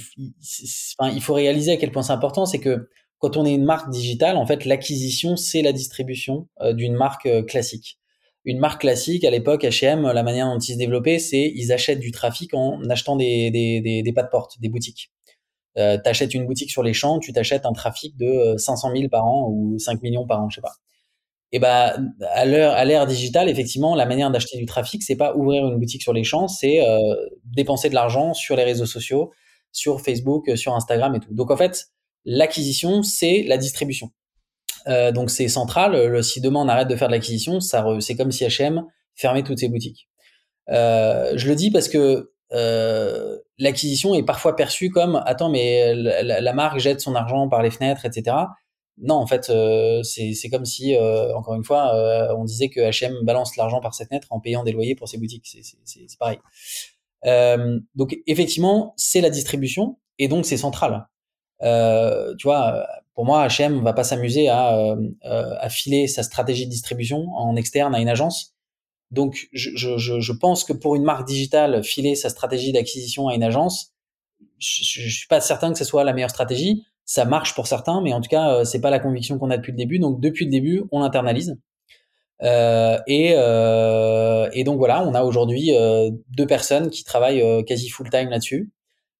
il faut réaliser à quel point c'est important. C'est que quand on est une marque digitale, en fait, l'acquisition, c'est la distribution d'une marque classique. Une marque classique, à l'époque, H&M, la manière dont ils se développaient, c'est ils achètent du trafic en achetant des pas de porte, des boutiques. T'achètes une boutique sur les champs, tu t'achètes un trafic de 500 000 par an ou 5 millions par an, je sais pas. Et à l'ère digitale, effectivement, la manière d'acheter du trafic, c'est pas ouvrir une boutique sur les champs, c'est dépenser de l'argent sur les réseaux sociaux, sur Facebook, sur Instagram et tout. Donc en fait, l'acquisition, c'est la distribution. Donc c'est central. Si demain on arrête de faire de l'acquisition, c'est comme si H&M fermait toutes ses boutiques. Je le dis parce que l'acquisition est parfois perçue comme attends, mais la marque jette son argent par les fenêtres, etc. Non, en fait, c'est comme si, encore une fois, on disait que H&M balance l'argent par ses fenêtres en payant des loyers pour ses boutiques. C'est pareil. Donc, effectivement, c'est la distribution et donc c'est central. Tu vois, pour moi, H&M va pas s'amuser à filer sa stratégie de distribution en externe à une agence. Donc, je pense que pour une marque digitale, filer sa stratégie d'acquisition à une agence, je suis pas certain que ce soit la meilleure stratégie. Ça marche pour certains, mais en tout cas, c'est pas la conviction qu'on a depuis le début. Donc, depuis le début, on l'internalise. Et donc voilà, on a aujourd'hui 2 personnes qui travaillent quasi full time là-dessus.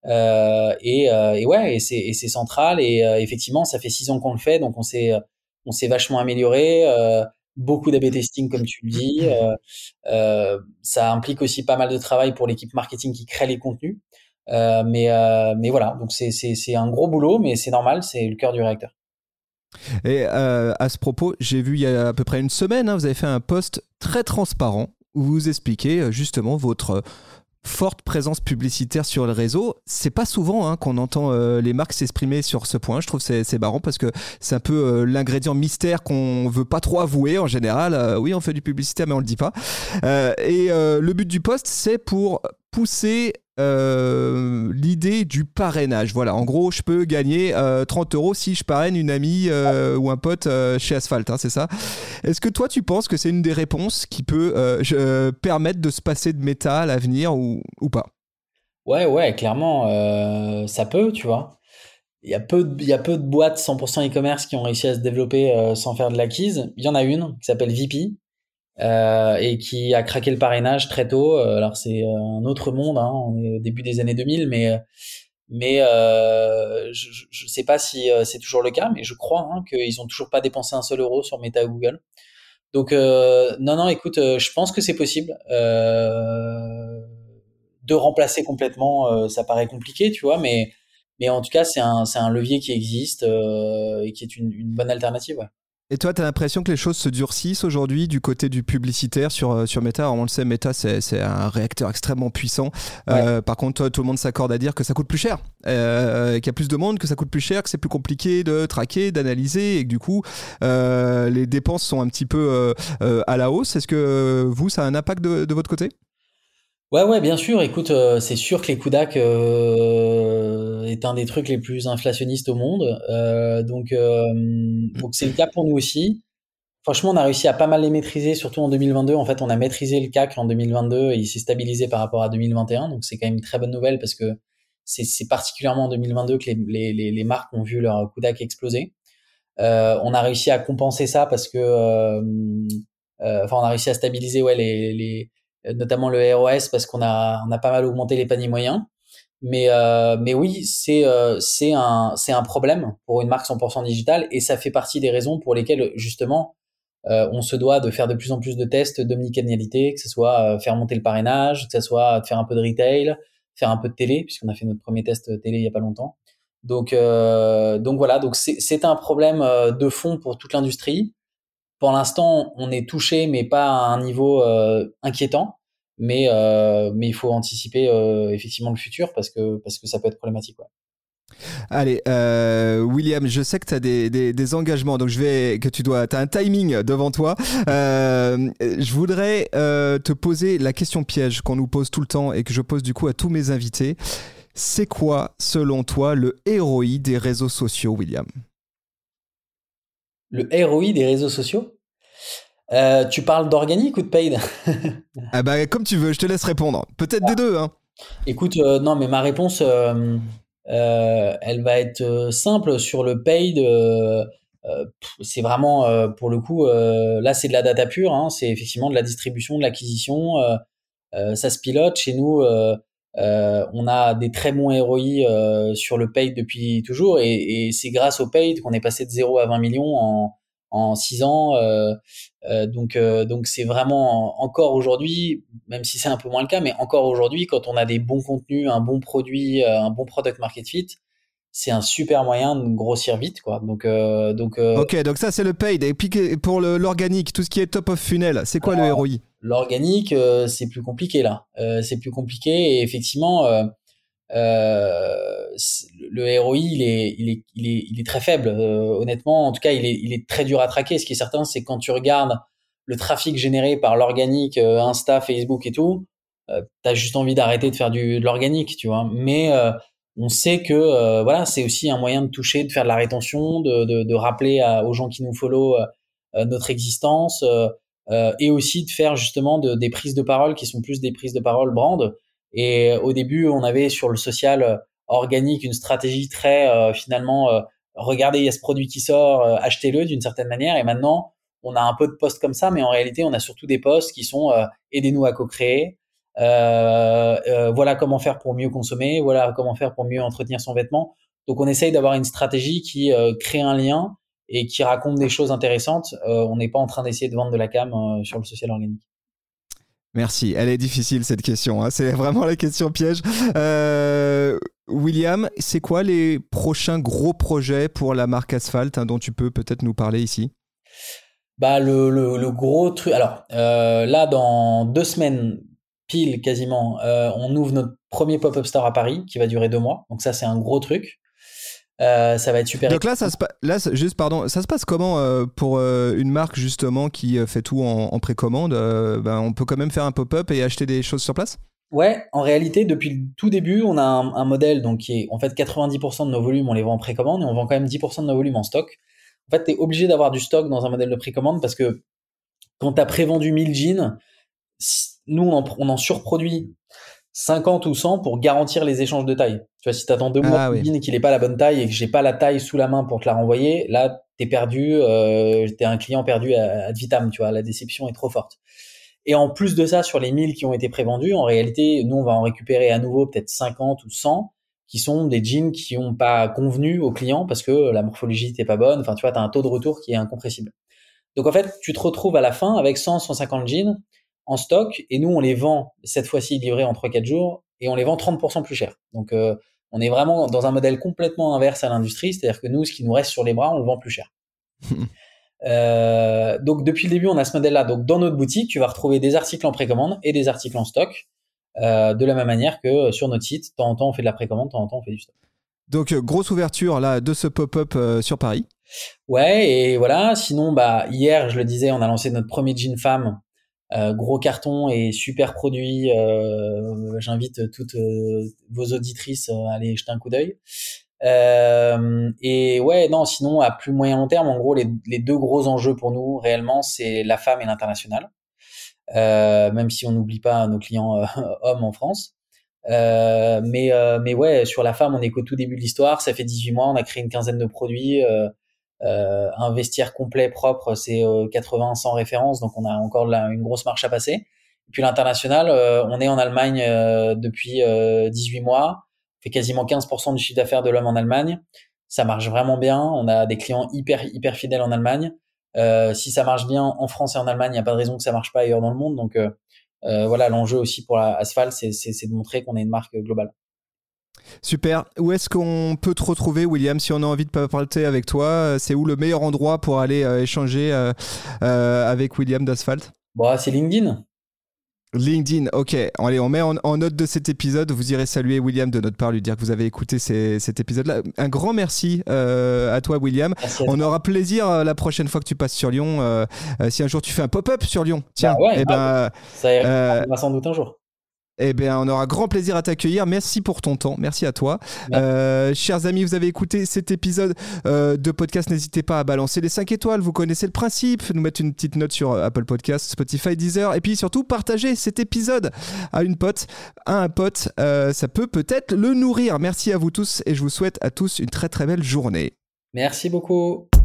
Et c'est central. Et effectivement, ça fait 6 ans qu'on le fait, donc on s'est vachement amélioré. Beaucoup d'A/B testing, comme tu le dis. Ça implique aussi pas mal de travail pour l'équipe marketing qui crée les contenus. Mais voilà, donc c'est un gros boulot, mais c'est normal, c'est le cœur du réacteur. Et à ce propos, j'ai vu il y a à peu près une semaine, vous avez fait un post très transparent où vous expliquez justement votre forte présence publicitaire sur le réseau. C'est pas souvent qu'on entend les marques s'exprimer sur ce point. Je trouve que c'est marrant parce que c'est un peu l'ingrédient mystère qu'on veut pas trop avouer en général. Oui, on fait du publicitaire, mais on le dit pas. Le but du post, c'est pour pousser l'idée du parrainage. Voilà, en gros, je peux gagner 30 € si je parraine une amie ou un pote chez Asphalt, c'est ça. Est-ce que toi, tu penses que c'est une des réponses qui peut permettre de se passer de méta à l'avenir ou pas? Ouais, clairement, ça peut, tu vois. Il y a peu de boîtes 100% e-commerce qui ont réussi à se développer sans faire de l'acquise. Il y en a une qui s'appelle VP. Et qui a craqué le parrainage très tôt. Alors c'est un autre monde, on est au début des années 2000, mais je sais pas si c'est toujours le cas, mais je crois qu'ils ont toujours pas dépensé un seul euro sur Meta ou Google. Donc non, écoute, je pense que c'est possible. De remplacer complètement, ça paraît compliqué, tu vois, mais en tout cas c'est un levier qui existe et qui est une bonne alternative. Ouais. Et toi, tu as l'impression que les choses se durcissent aujourd'hui du côté du publicitaire sur Meta? Alors, on le sait, Meta, c'est un réacteur extrêmement puissant. Ouais. Par contre, tout le monde s'accorde à dire que ça coûte plus cher, qu'il y a plus de monde, que ça coûte plus cher, que c'est plus compliqué de traquer, d'analyser et que du coup, les dépenses sont un petit peu à la hausse. Est-ce que vous, ça a un impact de votre côté? Ouais, bien sûr. Écoute, c'est sûr que les Kudak est un des trucs les plus inflationnistes au monde. Donc c'est le cas pour nous aussi. Franchement, on a réussi à pas mal les maîtriser, surtout en 2022. En fait, on a maîtrisé le CAC en 2022 et il s'est stabilisé par rapport à 2021. Donc c'est quand même une très bonne nouvelle parce que c'est particulièrement en 2022 que les marques ont vu leur Kudak exploser. On a réussi à compenser ça parce que, on a réussi à stabiliser notamment le ROS parce qu'on a pas mal augmenté les paniers moyens. Mais oui, c'est un problème pour une marque 100% digitale et ça fait partie des raisons pour lesquelles justement on se doit de faire de plus en plus de tests d'omnicanalité, que ce soit faire monter le parrainage, que ce soit faire un peu de retail, faire un peu de télé, puisqu'on a fait notre premier test télé il y a pas longtemps. Donc voilà, donc c'est un problème de fond pour toute l'industrie. Pour l'instant, on est touché, mais pas à un niveau inquiétant. Mais il faut anticiper effectivement le futur parce que ça peut être problématique. Ouais. Allez, William, je sais que tu as des engagements, donc tu as un timing devant toi. Je voudrais te poser la question piège qu'on nous pose tout le temps et que je pose du coup à tous mes invités. C'est quoi, selon toi, le ROI des réseaux sociaux, William ? Le ROI des réseaux sociaux ? Tu parles d'organique ou de paid ? Ah bah, comme tu veux, je te laisse répondre. Peut-être des deux, hein. Écoute, non, mais ma réponse, elle va être simple sur le paid. C'est vraiment, pour le coup, là, c'est de la data pure. Hein, c'est effectivement de la distribution, de l'acquisition. Ça se pilote. Chez nous, on a des très bons ROI sur le paid depuis toujours. Et c'est grâce au paid qu'on est passé de 0 à 20 millions en 6 ans. Donc c'est vraiment encore aujourd'hui, même si c'est un peu moins le cas, mais encore aujourd'hui, quand on a des bons contenus, un bon produit, un bon product market fit, c'est un super moyen de grossir vite, quoi. Ok, donc ça c'est le paid. Et puis pour l'organique, tout ce qui est top of funnel, c'est quoi le ROI ? L'organique, c'est plus compliqué là. C'est plus compliqué et effectivement, le ROI il est très faible. Honnêtement, en tout cas, il est très dur à traquer. Ce qui est certain, c'est que quand tu regardes le trafic généré par l'organique, Insta, Facebook et tout, t'as juste envie d'arrêter de faire de l'organique, tu vois. Mais on sait que voilà, c'est aussi un moyen de toucher, de faire de la rétention, de rappeler aux gens qui nous follow notre existence. Et aussi de faire justement des prises de parole qui sont plus des prises de parole brand. Et au début, on avait sur le social organique une stratégie très finalement, regardez, il y a ce produit qui sort, achetez-le d'une certaine manière. Et maintenant, on a un peu de posts comme ça, mais en réalité, on a surtout des posts qui sont aidez-nous à co-créer. Voilà comment faire pour mieux consommer. Voilà comment faire pour mieux entretenir son vêtement. Donc, on essaye d'avoir une stratégie qui crée un lien et qui raconte des choses intéressantes. On n'est pas en train d'essayer de vendre de la cam sur le social organique. Merci. Elle est difficile cette question, hein. C'est vraiment la question piège. William, c'est quoi les prochains gros projets pour la marque Asphalt, hein, dont tu peux peut-être nous parler ici ? Bah le gros truc. Alors là, dans 2 semaines pile quasiment, on ouvre notre premier pop-up store à Paris qui va durer 2 mois. Donc ça, c'est un gros truc. Ça va être super. Donc là, ça se passe comment pour une marque justement qui fait tout en précommande, on peut quand même faire un pop-up et acheter des choses sur place ? Ouais, en réalité, depuis le tout début, on a un modèle donc qui est en fait 90% de nos volumes, on les vend en précommande et on vend quand même 10% de nos volumes en stock. En fait, tu es obligé d'avoir du stock dans un modèle de précommande parce que quand tu as prévendu 1000 jeans, nous, on en surproduit 50 ou 100 pour garantir les échanges de taille. Tu vois, si tu attends 2 mois oui. et qu'il n'est pas la bonne taille et que j'ai pas la taille sous la main pour te la renvoyer, là, t'es perdu, t'es un client perdu ad vitam, tu vois, la déception est trop forte. Et en plus de ça, sur les 1000 qui ont été prévendus, en réalité, nous, on va en récupérer à nouveau peut-être 50 ou 100 qui sont des jeans qui n'ont pas convenu aux clients parce que la morphologie n'était pas bonne. Enfin, tu vois, tu as un taux de retour qui est incompressible. Donc, en fait, tu te retrouves à la fin avec 100, 150 jeans en stock et nous, on les vend cette fois-ci livrés en 3-4 jours et on les vend 30% plus cher. Donc, on est vraiment dans un modèle complètement inverse à l'industrie. C'est-à-dire que nous, ce qui nous reste sur les bras, on le vend plus cher. Donc depuis le début, on a ce modèle-là. Donc dans notre boutique, tu vas retrouver des articles en précommande et des articles en stock, de la même manière que sur notre site. De temps en temps, on fait de la précommande, de temps en temps, on fait du stock. Donc grosse ouverture là de ce pop-up sur Paris. Ouais, et voilà. Sinon, bah hier, je le disais, on a lancé notre premier jean femme. Gros carton et super produit. J'invite toutes vos auditrices à aller jeter un coup d'œil. Et ouais, non, sinon, à plus moyen long terme, en gros, les 2 gros enjeux pour nous, réellement, c'est la femme et l'international. Même si on n'oublie pas nos clients hommes en France. Mais ouais, sur la femme, on est qu'au tout début de l'histoire. Ça fait 18 mois, on a créé une quinzaine de produits. Un vestiaire complet propre, c'est 80, 100 références, donc on a encore une grosse marche à passer. Et puis l'international, on est en Allemagne depuis 18 mois, on fait quasiment 15% du chiffre d'affaires de l'homme en Allemagne. Ça marche vraiment bien, on a des clients hyper fidèles en Allemagne. Si ça marche bien en France et en Allemagne, il n'y a pas de raison que ça marche pas ailleurs dans le monde. Donc voilà, l'enjeu aussi pour Asphalt, c'est de montrer qu'on est une marque globale. Super. Où est-ce qu'on peut te retrouver, William, si on a envie de parler avec toi? C'est où le meilleur endroit pour aller échanger avec William d'Asphalt? Bon, c'est LinkedIn. LinkedIn, ok. Allez, on met en note de cet épisode. Vous irez saluer William de notre part, lui dire que vous avez écouté cet épisode-là. Un grand merci à toi, William. Merci à on toi. aura plaisir la prochaine fois que tu passes sur Lyon. Si un jour tu fais un pop-up sur Lyon, tiens, ça arrivera sans doute un jour. Eh bien, on aura grand plaisir à t'accueillir. Merci pour ton temps. Merci à toi. Chers amis, vous avez écouté cet épisode de podcast. N'hésitez pas à balancer les 5 étoiles. Vous connaissez le principe. Nous mettre une petite note sur Apple Podcasts, Spotify, Deezer. Et puis surtout, partagez cet épisode à un pote. Ça peut peut-être le nourrir. Merci à vous tous et je vous souhaite à tous une très très belle journée. Merci beaucoup.